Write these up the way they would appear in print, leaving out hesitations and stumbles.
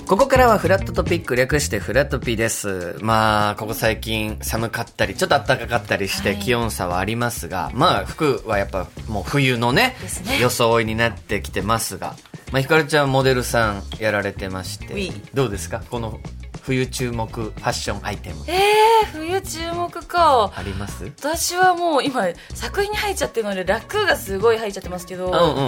ここからはフラットトピック、略してフラトピです。まあここ最近寒かったりちょっと暖かかったりして気温差はありますが、まあ服はやっぱもう冬のね装いになってきてますが、まあ、ひかるちゃんモデルさんやられてまして、どうですかこの冬注目ファッションアイテム。 冬注目か。 あります？ 私はもう今作品に入っちゃってるので楽がすごい入っちゃってますけど、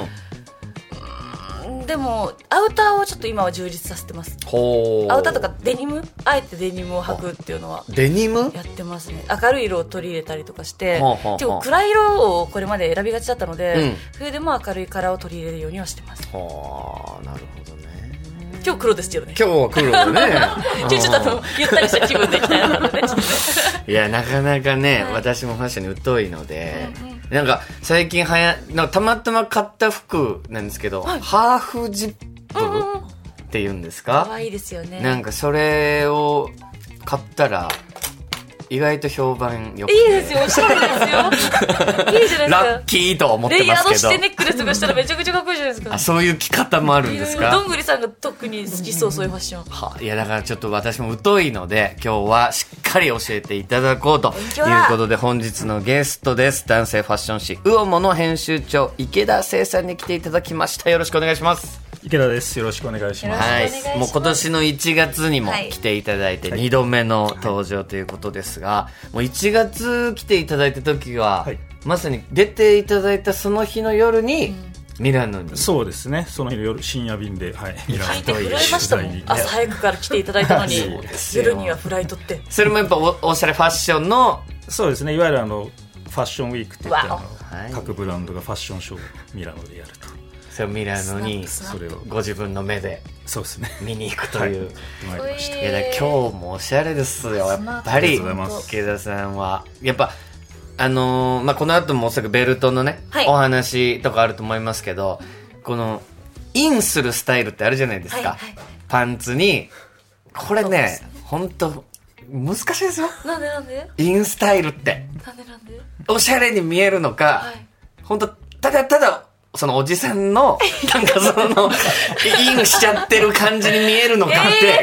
でもアウターをちょっと今は充実させてます。アウターとかデニム、あえてデニムを履くっていうのはデニムやってますね。明るい色を取り入れたりとかして、結構暗い色をこれまで選びがちだったので、冬でも明るいカラーを取り入れるようにはしてます。 はあ、なるほどね。 今日黒ですよね。 今日は黒だね。 ちょっとゆったりした気分でいきたいなので、ね、 いやなかなかね、私もファッションに疎いので、なんか最近なんかたまたま買った服なんですけど、ハーフジップっていうんですか？ 可愛いですよね。 なんかそれを買ったら意外と評判良くて、 いいですよ、おしゃれですよ。いいじゃないですか。 ラッキーと思ってますけど。 レイヤードしてネックレスとかしたらめちゃくちゃかっこいいじゃないですか。 あ、そういう着方もあるんですか？ どんぐりさんが特に好きそう、そういうファッション。 いやだからちょっと私も疎いので今日はしっかり教えていただこうということで、本日のゲストです。男性ファッション誌ウオモの編集長池田聖さんに来ていただきました。よろしくお願いします。 池田です。よろしくお願いします。 はい、もう今年の1月にも来ていただいて2度目の登場ということですが、もう1月来ていただいた時は、まさに出ていただいたその日の夜にミラノに、 そうですね、その日の夜深夜便で、ミラノという取材に朝早くから来ていただいたのに夜にはフライトって、 それもやっぱ おしゃれファッションの、 そうですね、いわゆるファッションウィークっていって各ブランドがファッションショーをミラノでやると。 それをミラノにそれをご自分の目で見に行くという。 参りました。 いやだ今日もおしゃれですよやっぱり。池田さんはやっぱまあ、この後もおそらくベルトのね、お話とかあると思いますけど、このインするスタイルってあるじゃないですか、パンツに。これね本当難しいですよ。 なんでインスタイルってなんでおしゃれに見えるのか、本当ただそのおじさんのなんかそのインしちゃってる感じに見えるのかって、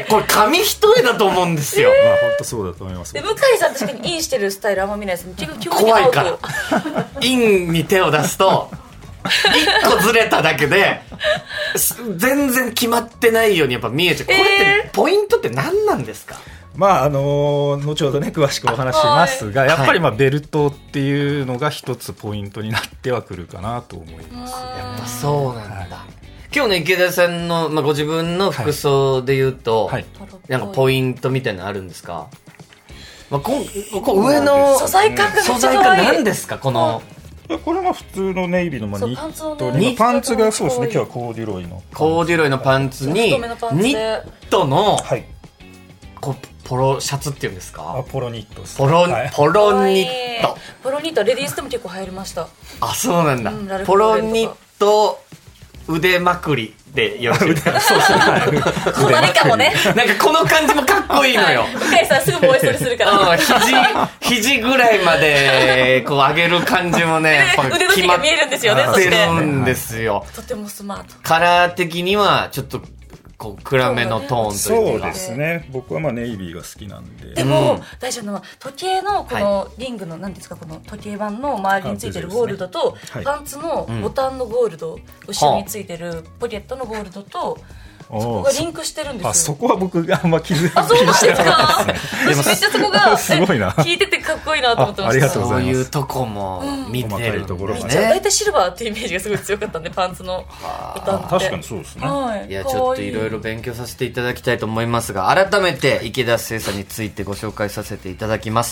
これ紙一重だと思うんですよ。 まあ本当そうだと思います。 向井さん確かにインしてるスタイルあんま見ないですね。 怖いからインに手を出すと一個ずれただけで全然決まってないようにやっぱ見えちゃう。これってポイントって何なんですか？ まあ後ほどね詳しくお話しますが、やっぱりベルトっていうのが一つポイントになってはくるかなと思います。 やっぱそうなんだ。今日ね池田さんの、ご自分の服装で言うと、なんかポイントみたいなのあるんですか？こ上の素材感何ですか？このこれは普通のネイビーのニットに、パンツがそうですね、今日はコーデュロイのパンツにニットのポロシャツっていうんですか？ ポロニットです。 ポロニット。 ポロニットレディースでも結構流行りました。 あ、そうなんだ。ポロニット腕まくりでよろしいですか？ そうですね。 このかもね。 なんかこの感じもかっこいいのよ。 向井さんすぐボイストレするから。 肘ぐらいまでこう上げる感じもね、 腕の毛が見えるんですよね。 そしてるんですよ。 とてもスマート。 カラー的にはちょっと暗めのトーンというか。 そうですね。僕はネイビーが好きなんで。 でも大事なのは時計のこのリングの何ですか、この時計盤の周りについてるゴールドとパンツのボタンのゴールド、後ろについてるポケットのゴールドとそこがリンクしてるんですよ。 あ、そこは僕があんま気づいてない。 あ、そうなんですか。めっちゃそこがすごいな。 聞いててかっこいいなと思ってました。 ありがとうございます。 そういうとこも見てるところがね。 大体シルバーっていうイメージがすごい強かったんで、パンツのボタンって。 確かにそうですね。 いやちょっといろいろ勉強させていただきたいと思いますが、改めて池田聖さんについてご紹介させていただきます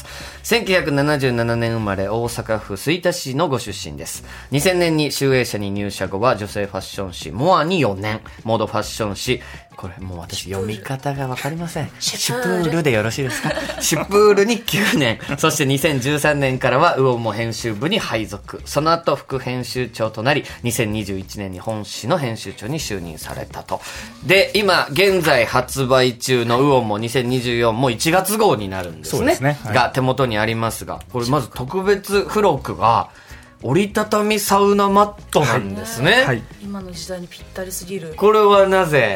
。1977年生まれ、大阪府吹田市のご出身です。2000年に集英社に入社後は女性ファッション誌モアに4年、モードファッション誌、これもう私読み方がわかりません。シュプールでよろしいですか？シュプールに9年。そして2013年からはウオモ編集部に配属。その後副編集長となり、2021年に本誌の編集長に就任されたと。で、今現在発売中のウオモ2024も1月号になるんですね。 そうですね。 が手元にありますが、これまず特別付録が折りたたみサウナマットなんですね。 今の時代にぴったりすぎる。 これはなぜ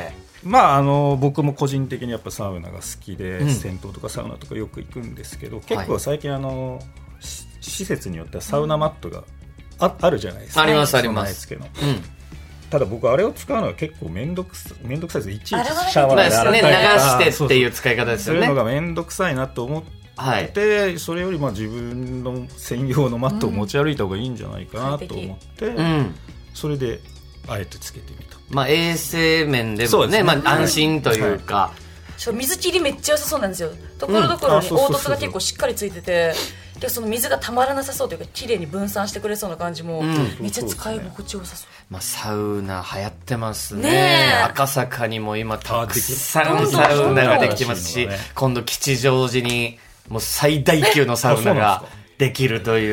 まあ、僕も個人的にやっぱサウナが好きで、銭湯とかサウナとかよく行くんですけど、結構最近施設によってはサウナマットがあるじゃないですか。 ありますあります。 ただ僕あれを使うのは結構めんどくさいです。いちいちシャワーで洗ったりとか流してっていう使い方ですよね。 そういうのがめんどくさいなと思って、それより自分の専用のマットを持ち歩いた方がいいんじゃないかなと思って、それであえてつけてみた。 衛生面でもね、安心というか、 水切りめっちゃ良さそうなんですよ。ところどころに凹凸が結構しっかりついてて、でその水がたまらなさそうというか綺麗に分散してくれそうな感じも、めっちゃ使い心地よさそう。 サウナ流行ってますね。赤坂にも今たくさんサウナができてますし、今度吉祥寺にもう最大級のサウナができるという。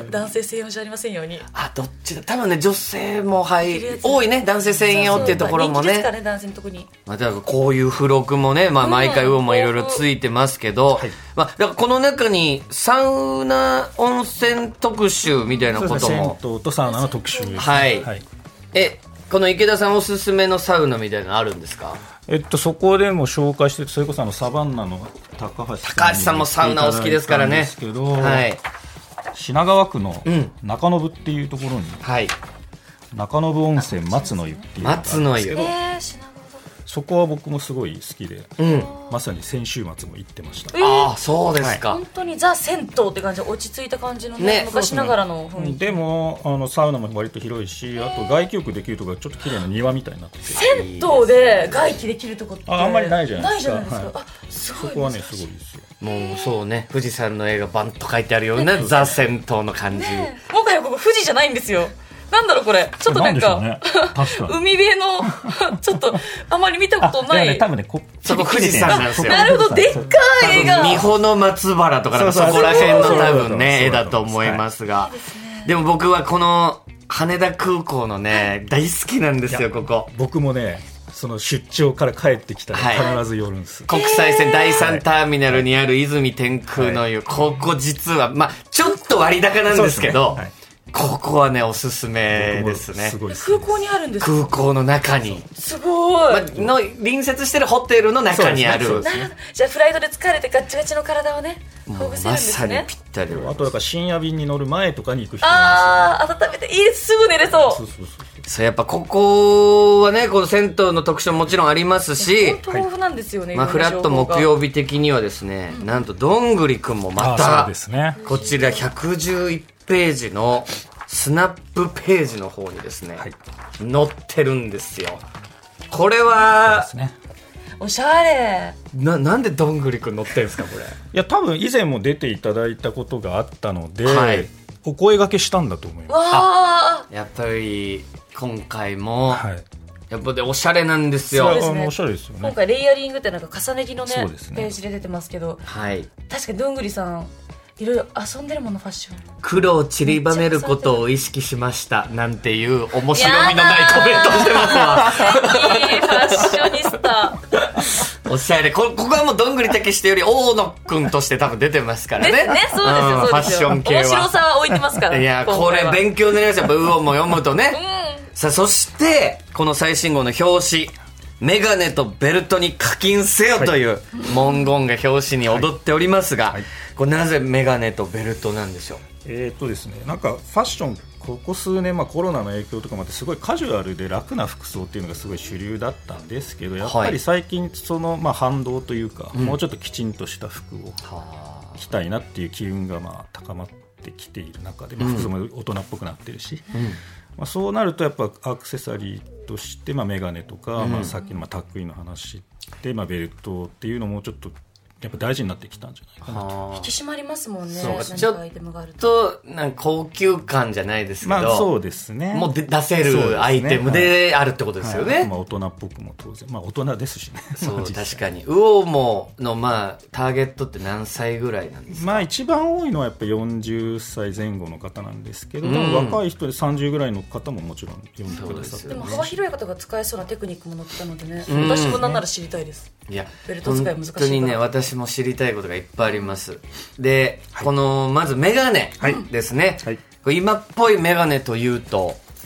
男性専用じゃありませんように。 どっちだ、多分ね、女性も多いね、男性専用っていうところもね。 人気ですかね、男性のとこに。 だからこういう付録もね、毎回ウオもいろいろついてますけど、だからこの中にサウナ温泉特集みたいなことも。 銭湯とサウナの特集です。 はい。この池田さんおすすめのサウナみたいなのあるんですか？ そこでも紹介して、それこそサバンナの高橋さんもサウナお好きですからね。 品川区の中延っていうところに、中延温泉松の湯っていうのがあるんですけど、そこは僕もすごい好きで、まさに先週末も行ってました。 そうですか。 本当にザ・銭湯って感じで落ち着いた感じのね、昔ながらの雰囲気。 でもサウナも割と広いし、あと外気浴できるところがちょっと綺麗な庭みたいになってて、 銭湯で外気できるとこってあんまりないじゃないですか。 そこはねすごいですよ。 もうそうね、富士山の絵がバンと書いてあるようなザ・銭湯の感じ。 もはやここ富士じゃないんですよ。なんだろうこれ、ちょっとなんか海辺のちょっとあまり見たことない。 多分ね、 そこ富士山なんですよ。 なるほど、でっかい絵が。 三保の松原とかそこら辺の多分ね絵だと思いますが、でも僕はこの羽田空港のね大好きなんですよ。ここ僕もね、その出張から帰ってきたら必ず寄るんです。 国際線第3ターミナルにある泉天空の湯、ここ実はちょっと割高なんですけど、ここはねおすすめですね。 空港にあるんですか？ 空港の中にすごい、 の隣接してるホテルの中にある。 じゃあフライトで疲れてガッチガチの体をねほぐせるんですね。 まさにぴったり。 あとだから深夜便に乗る前とかに行く人なんですよ。温めていいです。すぐ寝れそう。 そうやっぱここはね、この銭湯の特徴もちろんありますし、 本当豊富なんですよね。 フラット木曜日的にはですね、なんとどんぐりくんもまたこちら111ページのスナップページの方にですね、載ってるんですよ。これはおしゃれ。 なんでどんぐりくん載ってるんですかこれ？いや多分以前も出ていただいたことがあったので、お声掛けしたんだと思います。 やっぱり今回も、やっぱおしゃれなんですよ。 おしゃれですよね。 今回レイヤリングってなんか重ね着のねページで出てますけど、確かにどんぐりさんいろいろ遊んでるもの、ファッション。 黒を散りばめることを意識しましたなんていう面白みのないコメントしてますわ。 いいファッショニスタ。 おしゃれ。ここはもうどんぐりたけしというより大野くんとして多分出てますからね。 ね、そうですよ、そうですよ。 ファッション系は面白さは置いてますから。 いや、これ勉強になります。やっぱウオンも読むとね。さあ、そしてこの最新号の表紙、メガネとベルトに課金せよという文言が表紙に踊っておりますが、これなぜメガネとベルトなんでしょう？ ですね、なんかファッションここ数年、コロナの影響とかもあってすごいカジュアルで楽な服装っていうのがすごい主流だったんですけど、やっぱり最近その反動というか、もうちょっときちんとした服を着たいなっていう機運が高まってきている中で、服装も大人っぽくなってるし、そうなるとやっぱアクセサリーとしてメガネとか、さっきのタックインの話で、ベルトっていうのもちょっとやっぱ大事になってきたんじゃないかなと。 引き締まりますもんね。 ちょっとなんか高級感じゃないですけど、 そうですね、 もう出せるアイテムであるってことですよね。 大人っぽくも当然、大人ですしね。 そう確かに。ウオモのターゲットって何歳ぐらいなんですか？ 一番多いのはやっぱ40歳前後の方なんですけど、若い人で30ぐらいの方ももちろん読んでくださって、 でも幅広い方が使えそうなテクニックも載ってたのでね、私もなんなら知りたいです。 いや、 ベルト使い難しいから本当にね、私も知りたいことがいっぱいあります。で、このまずメガネですね、今っぽいメガネというと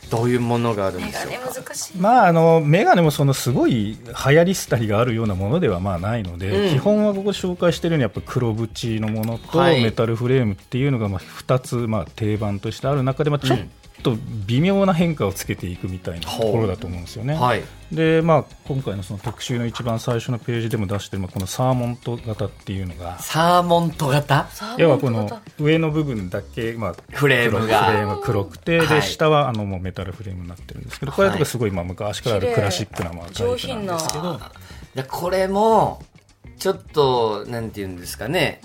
どういうものがあるんでしょうか。 メガネ難しい。 メガネもすごい流行り廃りがあるようなものではないので、基本はここ紹介しているようにやっぱ黒縁のものとメタルフレームっていうのが2つ定番としてある中で、ちょっと微妙な変化をつけていくみたいなところだと思うんですよね。で、今回の特集の一番最初のページでも出しているこのサーモント型っていうのが、 サーモント型、 要はこの上の部分だけ、 フレームが黒くて、で下はもうメタルフレームになってるんですけど、これとかすごい昔からあるクラシックなタイプなんですけど、 これもちょっとなんていうんですかね、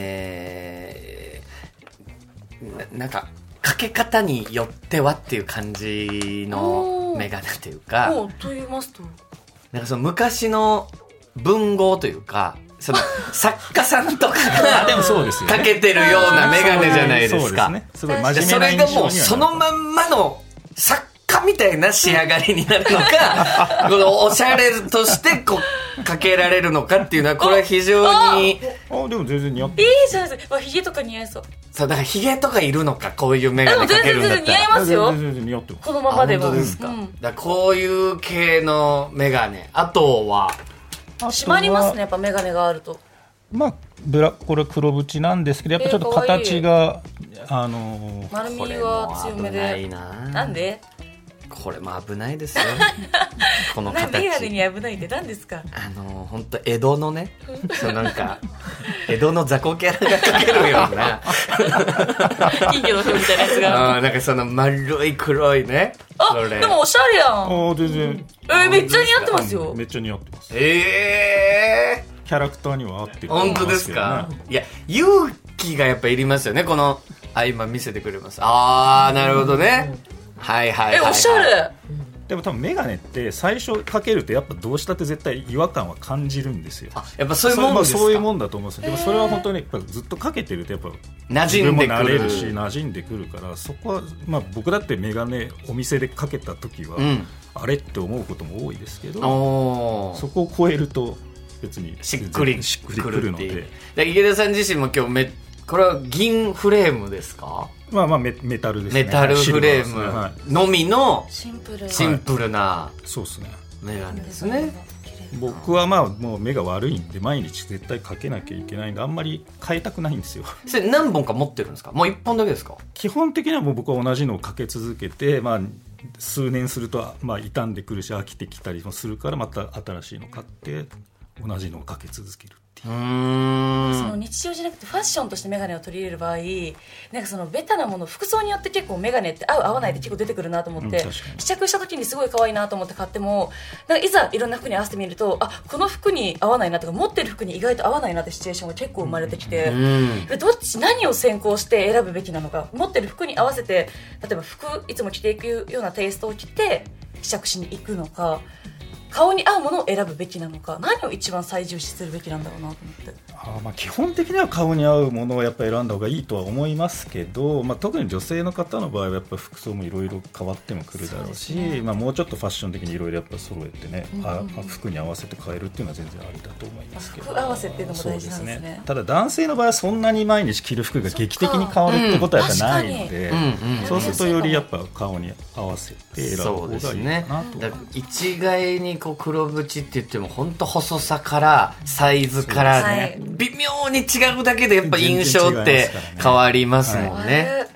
なんかかけ方によってはっていう感じのメガネというか、 と言いますと、 なんか昔の文豪というか、作家さんとかがでもそうですよね、 かけてるようなメガネじゃないですか。 すごい真面目な印象にはなる。 それがもうそのまんまの作家みたいな仕上がりになるのかこのおしゃれとしてかけられるのかっていうのは、これは非常にでも全然似合ってる。 いいじゃないですか。ヒゲとか似合いそう。 そうだからヒゲとかいるのか、こういうメガネかけるんだったら。 全然似合いますよ。 全然似合ってます。 このままでも。 本当ですか。だからこういう系のメガネ、あとは締まりますね、やっぱメガネがあると。 これ黒縁なんですけど、やっぱちょっと形が丸みは強めで。なんで？ これも危ないですよこの形。 メガネに危ないって何ですか？ 本当江戸のねなんか江戸の雑魚キャラが描けるような金魚の人みたいなやつがなんか丸い黒いね。 でもおしゃれやん。 全然めっちゃ似合ってますよ。 めっちゃ似合ってます。 キャラクターには合ってる。 本当ですか？いや、勇気がやっぱいりますよね。今見せてくれます。なるほどね。はいはいはい。 おしゃれ。 でも多分メガネって最初かけるとやっぱどうしたって絶対違和感は感じるんですよ。 やっぱそういうもんですか？ そういうもんだと思うんですよ。でもそれは本当にやっぱずっとかけてるとやっぱ馴染んでくる。 自分も慣れるし馴染んでくるから、そこは僕だってメガネお店でかけた時は、あれって思うことも多いですけど、そこを超えると別にしっくりくるので。 池田さん自身も今日これは銀フレームですか？ メタルですね。 メタルフレームのみのシンプルなそうですねメガネですね。 僕はもう目が悪いんで毎日絶対かけなきゃいけないんで、あんまり変えたくないんですよ。 それ何本か持ってるんですか？もう1本だけですか？ 基本的にはもう僕は同じのをかけ続けて、数年すると傷んでくるし飽きてきたりもするから、また新しいの買って同じのをかけ続ける。 その日常じゃなくてファッションとしてメガネを取り入れる場合、ベタなもの、服装によって結構メガネって合う合わないって結構出てくるなと思って、試着した時にすごい可愛いなと思って買っても、いざいろんな服に合わせてみると、この服に合わないなとか、持ってる服に意外と合わないなってシチュエーションが結構生まれてきて、何を先行して選ぶべきなのか、持ってる服に合わせて例えばいつも着ていくようなテイストを着て試着しに行くのか、顔に合うものを選ぶべきなのか、何を一番最重視するべきなんだろうなと思って。 基本的には顔に合うものをやっぱり選んだ方がいいとは思いますけど、特に女性の方の場合はやっぱ服装もいろいろ変わってもくるだろうし、もうちょっとファッション的にいろいろやっぱ揃えてね、服に合わせて変えるっていうのは全然ありだと思いますけど、 服合わせっていうのも大事なんですね。 ただ男性の場合はそんなに毎日着る服が劇的に変わるってことはやっぱないので、そうするとよりやっぱ顔に合わせて選ぶ方がいいかなと。 だから一概に黒縁って言っても本当細さからサイズからね、微妙に違うだけでやっぱ印象って変わりますもんね。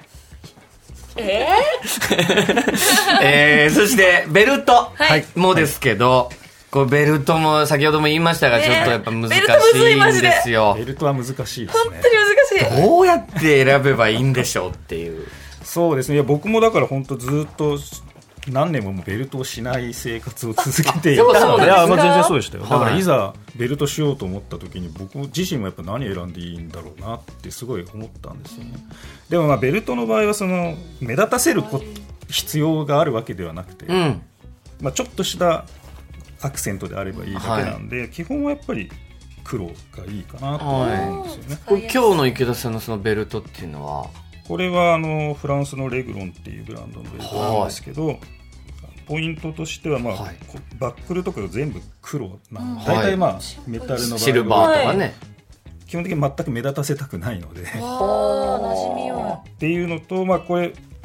そしてベルトもですけど、これベルトも先ほども言いましたが、ちょっとやっぱ難しいんですよ。 ベルトは難しいですね。 本当に難しい。 どうやって選べばいいんでしょうっていう。 そうですね。いや僕もだから本当ずっと何年もベルトをしない生活を続けていたので、全然そうでしたよ。だからいざベルトしようと思った時に僕自身もやっぱ何選んでいいんだろうなってすごい思ったんですよね。でもベルトの場合は目立たせる必要があるわけではなくて、ちょっとしたアクセントであればいいだけなんで、基本はやっぱり黒がいいかなと思うんですよね。 これ今日の池田さんのそのベルトっていうのは、 これはフランスのレグロンっていうブランドのベルトなんですけど、ポイントとしては、バックルとかが全部黒なんで、大体メタルの場合はシルバーとかね、 基本的に全く目立たせたくないので馴染みよっていうのと、これ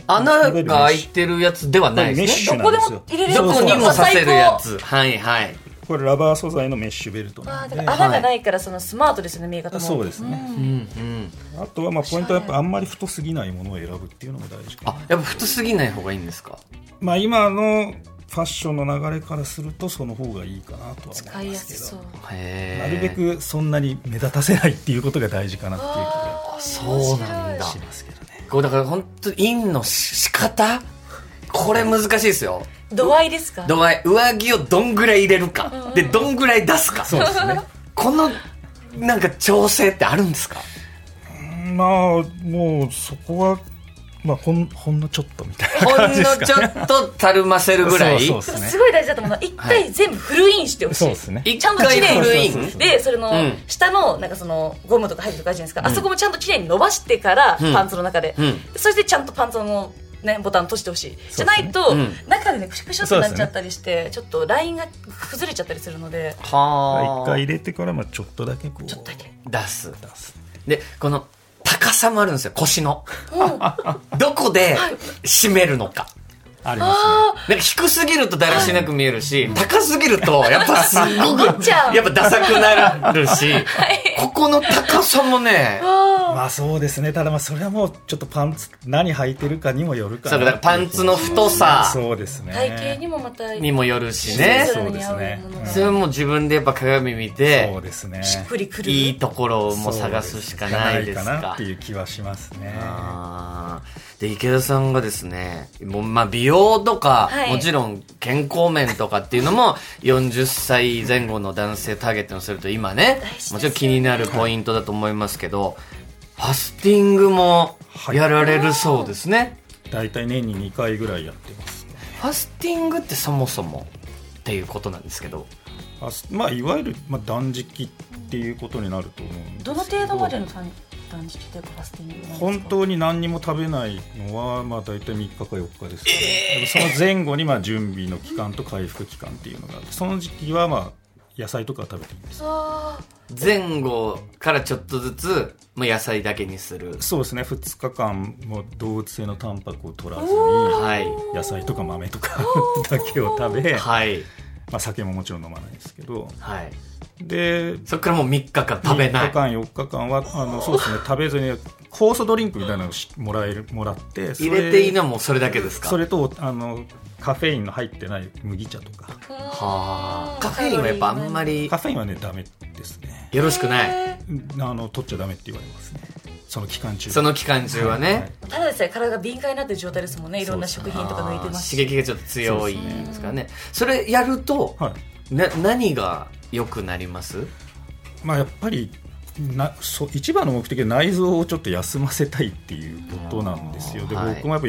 穴が開いてるやつではないですね。 どこでも入れれる。 どこにもさせるやつ。はいはい。 これラバー素材のメッシュベルトなんで。 穴がないからそのスマートですね、見え方も。 そうですね。あとはまあポイントはやっぱあんまり太すぎないものを選ぶっていうのも大事かな。 やっぱ太すぎない方がいいんですか？ まあ今のファッションの流れからするとその方がいいかなとは思いますけど、 使いやすそう。 なるべくそんなに目立たせないっていうことが大事かなっていう気がそうなんだしますけどね。 こうだから本当インの仕方、これ難しいですよ。 度合いですか？ 度合い、上着をどんぐらい入れるか、でどんぐらい出すか。 そうですね。 このなんか調整ってあるんですか？ まあもうそこはまあほんのちょっとみたいな感じですかね。 ほんのちょっとたるませるぐらい。 そうですね。 すごい大事だと思うのは一回全部フルインしてほしい。 そうですね。 ちゃんと綺麗にフルインでそれの下のなんかそのゴムとか入るとかあるじゃないですか。あそこもちゃんと綺麗に伸ばしてからパンツの中で、そしてちゃんとパンツのね、ボタン閉じてほしい。じゃないと、中でね、クシュクシュってなっちゃったりして、ちょっとラインが崩れちゃったりするので。 一回入れてから、まあちょっとだけこう。 ちょっとだけ。 出す。で、この高さもあるんですよ、腰の。どこで締めるのか。 ありますね。 なんか低すぎるとだらしなく見えるし、高すぎるとやっぱすごくやっぱダサくなるし、ここの高さもね、 まあそうですね。ただまあそれはもうちょっとパンツ何履いてるかにもよるかな。 そうだからパンツの太さ、 そうですね。 体型にもまたにもよるしね。 そうですね。 それも自分でやっぱ鏡見て、 そうですね。 しっくりくるいいところをもう探すしかないですか。 ないかなっていう気はしますね。 で池田さんがですね、もうまあ美容とか、もちろん健康面とかっていうのも40歳前後の男性ターゲットにすると今ね、もちろん気になるポイントだと思いますけど、ファスティングもやられるそうですね。 だいたい年に2回ぐらいやってます。 ファスティングってそもそもっていうことなんですけど、 まあいわゆる断食っていうことになると思うんですけど、 どの程度までの断食というかファスティングなんですか？ 本当に何にも食べないのはまあ大体3日か4日ですけど、でもその前後にまあ準備の期間と回復期間っていうのがあって、その時期はまあ野菜とか食べていいんです。 前後からちょっとずつもう野菜だけにする。 そうですね。2日間も動物性のタンパクを取らずに、野菜とか豆とかだけを食べ、まあ、酒ももちろん飲まないですけど、でそっからもう3日間食べない。 3日間4日間はそうですね、食べずに酵素ドリンクみたいなのをもらって入れていいのはもうそれだけですか？ それとカフェインの入ってない麦茶とか。 カフェインはやっぱあんまり。 カフェインはねダメですね。 よろしくない。 取っちゃダメって言われますね。その期間中はね、 ただでさえ体が敏感になってる状態ですもんね。いろんな食品とか抜いてますし、 刺激がちょっと強いですからね。それやると、何が良くなります？ まあやっぱり一番の目的は内臓をちょっと休ませたいっていうことなんですよ。で、僕もやっぱ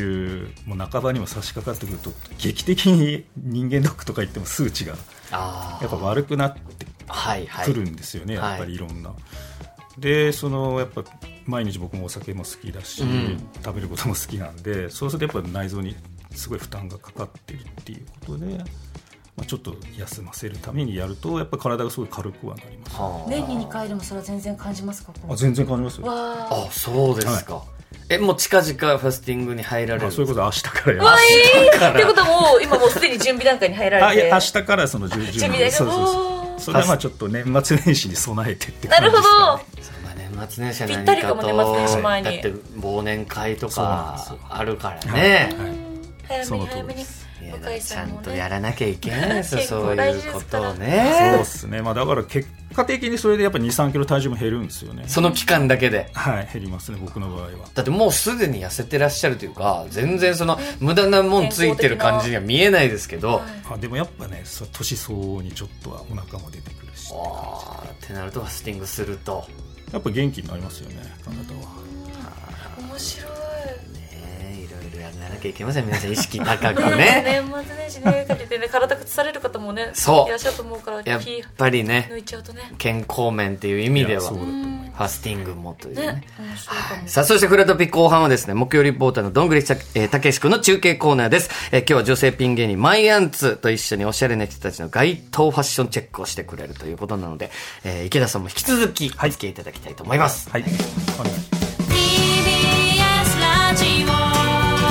40も半ばにも差し掛かってくると劇的に人間ドックとか行っても数値がやっぱ悪くなってくるんですよね。やっぱりいろんな。でやっぱ毎日僕もお酒も好きだし、食べることも好きなんで、そうするとやっぱ内臓にすごい負担がかかってるっていうことで、ちょっと休ませるためにやるとやっぱ体がすごい軽くはなります。 年に2回でもそれは全然感じますか？ 全然感じますよ。 そうですか。もう近々ファスティングに入られる？ そういうことは明日からやります。 ってことはもう今もうすでに準備段階に入られて。 明日からその準備。それはまあちょっと年末年始に備えてって感じですかね。 なるほど。 年末年始はぴったりかも。年末年始前にだって忘年会とかあるからね。 早めにちゃんとやらなきゃいけないですよ。そういうことをね。 そうですね。だから結果的にそれでやっぱ 2,3 キロ体重も減るんですよね。 その期間だけで。 減りますね、僕の場合は。 だってもうすでに痩せてらっしゃるというか、全然その無駄なもんついてる感じには見えないですけど。 でもやっぱね、年相応にちょっとはお腹も出てくるし。 ってなるとファスティングするとやっぱ元気になりますよね、体は。 面白い。 やらなきゃいけません。皆さん意識高くね。 年末年始ねかけてね、体崩される方もね、いらっしゃると思うから、 やっぱりね、 抜いちゃうとね、 健康面っていう意味ではファスティングもというね。さあ、そしてフラトピ後半はですね、木曜リポーターのどんぐりたけし君の中継コーナーです。今日は女性ピン芸人マイアンツと一緒におしゃれな人たちの街頭ファッションチェックをしてくれるということなので、池田さんも引き続きお付き合いいただきたいと思います。 はい。 TBS ラジオ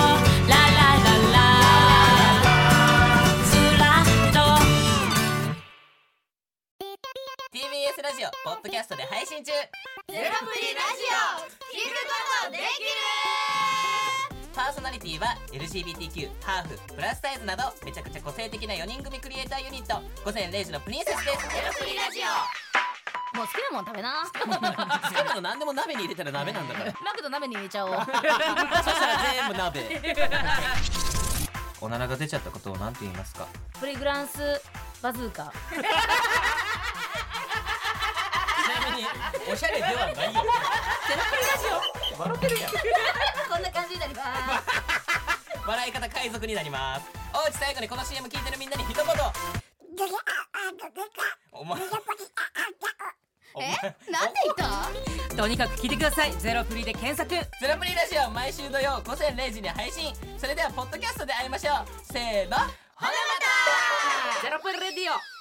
信中。ゼロプリラジオ聞くことできる。パーソナリティは LGBTQ、ハーフ、プラスサイズなどめちゃくちゃ個性的な4人組クリエイターユニット午前0時のプリンセスです。ゼロプリラジオ。 もう好きなもん食べな。 好きなの何でも鍋に入れたら鍋なんだから。 マクド鍋に入れちゃおう。 そしたら全部鍋。おならが出ちゃったことを何て言いますか？ プリグランスバズーカ。 ちなみにおしゃれではないよ。ゼロプリラジオ笑ってるやん。 こんな感じになります。 笑い方海賊になります。おうち最後にこの CM 聞いてるみんなに一言。お前なんで言った？とにかく聞いてください。ゼロプリで検索。 ゼロプリラジオ毎週土曜午前0時に配信。それではポッドキャストで会いましょう。せーの、ほなまた。 ゼロプリレディオ。